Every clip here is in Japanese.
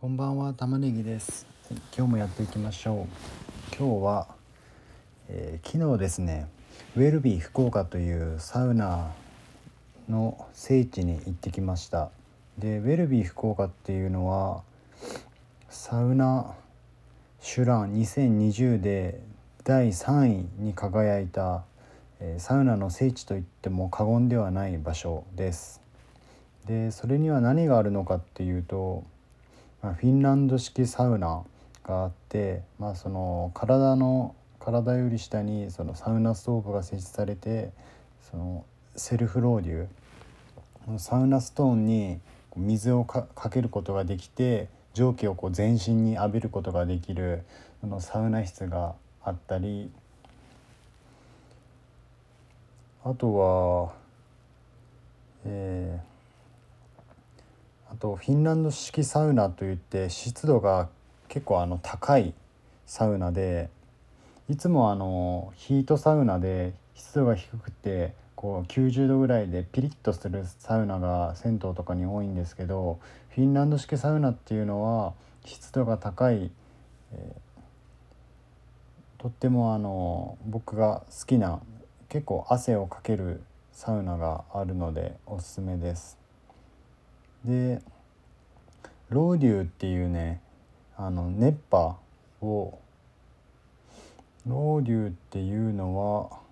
こんばんは、玉ねぎです。今日もやっていきましょう。今日は、昨日ですね、ウェルビー福岡というサウナの聖地に行ってきました。で、ウェルビー福岡っていうのはサウナシュラン2020で第3位に輝いた、サウナの聖地といっても過言ではない場所です。で、それには何があるのかっていうと、フィンランド式サウナがあって、その体より下にそのサウナストーブが設置されて、そのセルフロウリュサウナストーンに水をかけることができて、蒸気を全身に浴びることができるそのサウナ室があったり、あとは、あとフィンランド式サウナといって湿度が結構高いサウナで、いつもヒートサウナで湿度が低くて90度ぐらいでピリッとするサウナが銭湯とかに多いんですけど、フィンランド式サウナっていうのは湿度が高い、とっても僕が好きな結構汗をかけるサウナがあるのでおすすめです。で、ロウリュっていうね、熱波をロウリュっていうのは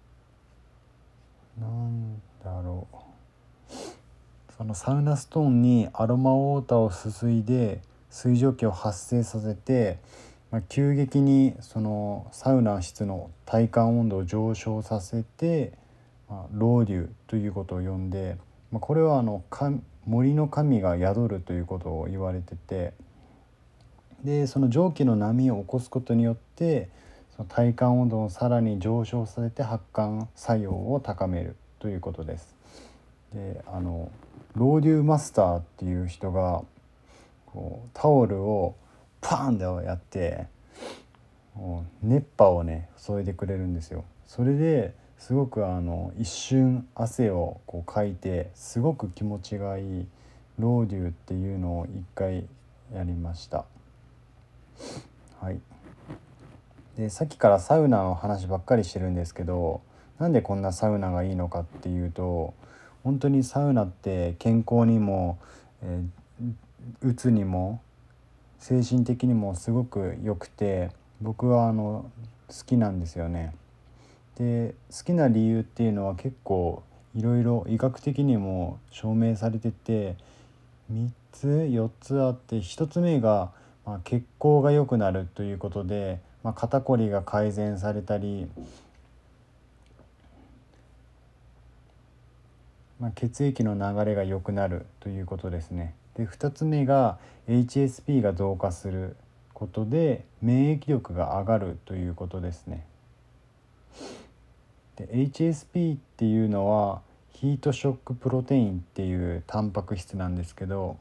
なんだろう、そのサウナストーンにアロマウォーターをすすいで水蒸気を発生させて、急激にそのサウナ室の体感温度を上昇させて、ロウリュということを呼んで、これは森の神が宿るということを言われてて、でその蒸気の波を起こすことによってその体感温度をさらに上昇させて発汗作用を高めるということです。でロウリュマスターっていう人がタオルをパーンでやって熱波をね注いでくれるんですよ。それですごく一瞬汗をかいてすごく気持ちがいいロウリュっていうのを一回やりました。はい。で、さっきからサウナの話ばっかりしてるんですけど、なんでこんなサウナがいいのかっていうと、本当にサウナって健康にも、うつにも精神的にもすごく良くて、僕は好きなんですよね。で、好きな理由っていうのは結構いろいろ医学的にも証明されてて、3つ4つあって、1つ目が、血行が良くなるということで、肩こりが改善されたり、血液の流れが良くなるということですね。で、2つ目が HSP が増加することで免疫力が上がるということですね。で、 HSP っていうのはヒートショックプロテインっていうタンパク質なんですけど、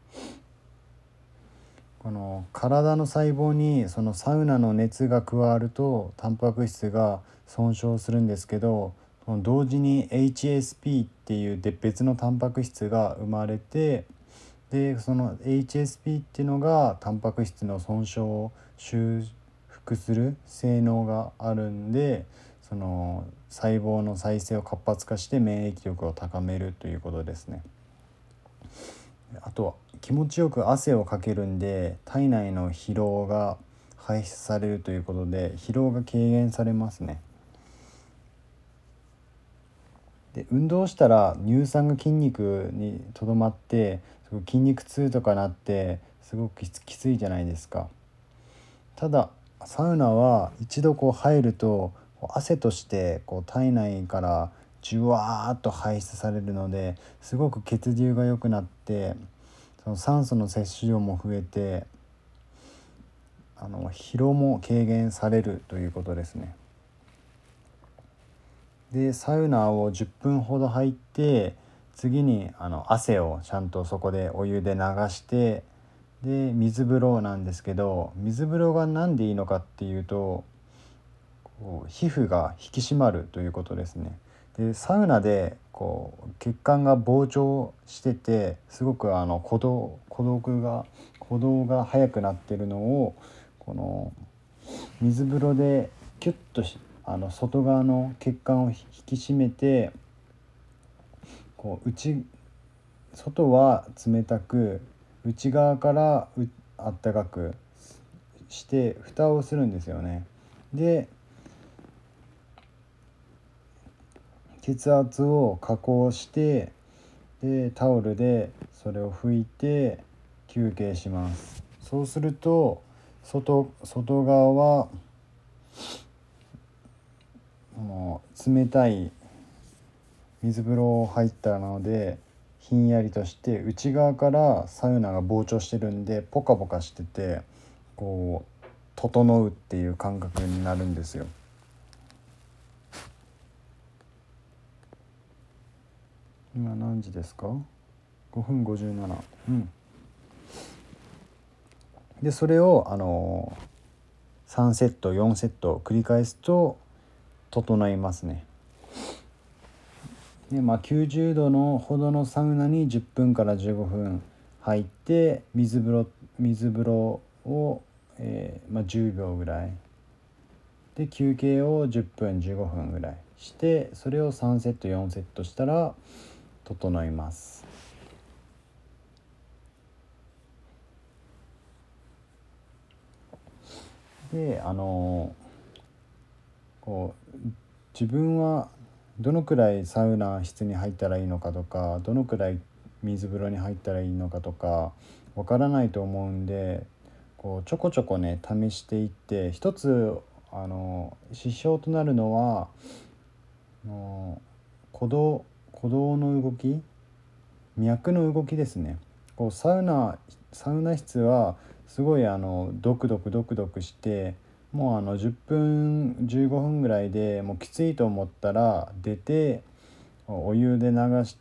この体の細胞にそのサウナの熱が加わるとタンパク質が損傷するんですけど、同時に HSP っていう別のタンパク質が生まれて、でその HSP っていうのがタンパク質の損傷を修復する性能があるんで、その細胞の再生を活発化して免疫力を高めるということですね。あとは気持ちよく汗をかけるんで体内の疲労が排出されるということで疲労が軽減されますね。で、運動したら乳酸が筋肉にとどまって筋肉痛とかなってすごくきついじゃないですか。ただサウナは一度入ると汗として体内からじゅわーっと排出されるので、すごく血流が良くなって、その酸素の摂取量も増えて疲労も軽減されるということですね。で、サウナを10分ほど入って、次に汗をちゃんとそこでお湯で流して、で水風呂なんですけど、水風呂が何でいいのかっていうと、皮膚が引き締まるということですね。で、サウナで血管が膨張しててすごく鼓動が速くなってるのをこの水風呂でキュッと外側の血管を引き締めて外は冷たく内側からあったかくして蓋をするんですよね。で血圧を下降してでタオルでそれを拭いて休憩します。そうすると外側はもう冷たい水風呂入ったのでひんやりとして、内側からサウナが膨張してるんでポカポカしてて整うっていう感覚になるんですよ。今何時ですか？5分57。でそれを3セット4セット繰り返すと整いますね。で90度のほどのサウナに10分から15分入って水風呂を、10秒ぐらいで休憩を10分15分ぐらいしてそれを3セット4セットしたら整います。で自分はどのくらいサウナ室に入ったらいいのかとかどのくらい水風呂に入ったらいいのかとかわからないと思うんでちょこちょこね試していって、一つ指標となるのは鼓動の動き、脈の動きですね。サウナ室はすごいドクドクしてもう10分15分ぐらいでもうきついと思ったら出てお湯で流して、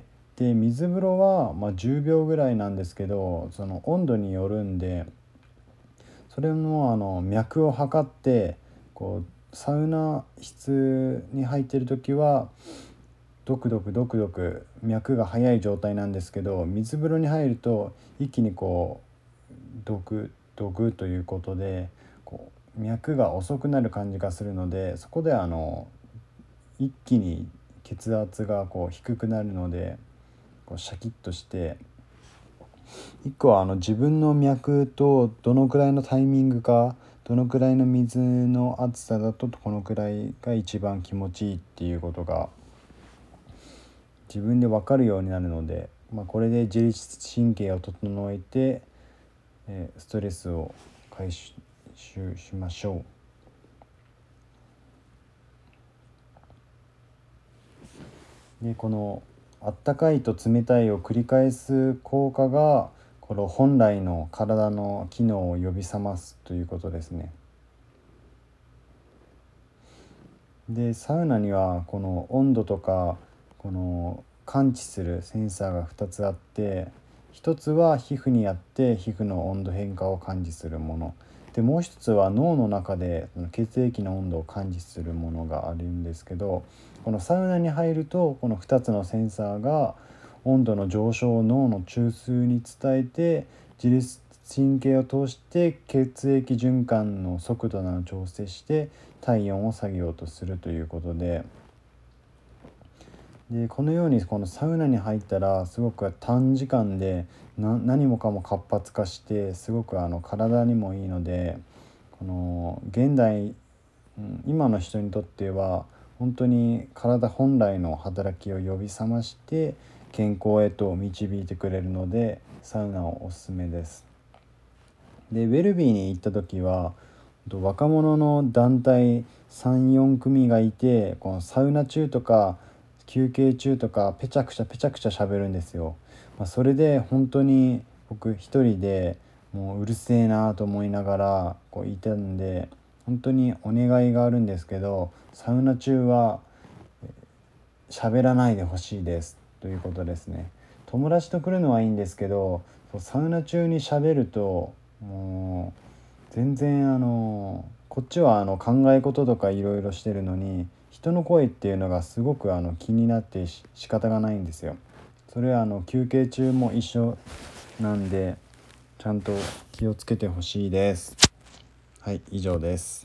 で水風呂は10秒ぐらいなんですけど、その温度によるんでそれも脈を測ってサウナ室に入ってる時はドクドク脈が速い状態なんですけど、水風呂に入ると一気にドクということで脈が遅くなる感じがするので、そこで一気に血圧が低くなるのでシャキッとして、一個は自分の脈とどのくらいのタイミングか、どのくらいの水の熱さだとこのくらいが一番気持ちいいっていうことが自分で分かるようになるので、これで自律神経を整えて、ストレスを解消しましょう。でこのあったかいと冷たいを繰り返す効果がこの本来の体の機能を呼び覚ますということですね。でサウナにはこの温度とか感知するセンサーが2つあって、一つは皮膚にあって皮膚の温度変化を感知するもので、もう一つは脳の中で血液の温度を感知するものがあるんですけど、このサウナに入るとこの2つのセンサーが温度の上昇を脳の中枢に伝えて、自律神経を通して血液循環の速度などを調整して体温を下げようとするということで、このようにこのサウナに入ったらすごく短時間で何もかも活発化してすごく体にもいいので、この現代、今の人にとっては本当に体本来の働きを呼び覚まして健康へと導いてくれるのでサウナをおすすめです。でウェルビーに行った時は若者の団体3、4組がいて、このサウナ中とか休憩中とかペチャクチャ喋るんですよ。それで本当に僕一人でもううるせえなと思いながらいたんで、本当にお願いがあるんですけど、サウナ中は喋らないでほしいですということですね。友達と来るのはいいんですけど、サウナ中に喋るともう全然こっちは考え事とかいろいろしてるのに、人の声っていうのがすごく気になって仕方がないんですよ。それは休憩中も一緒なんで、ちゃんと気をつけてほしいです。はい、以上です。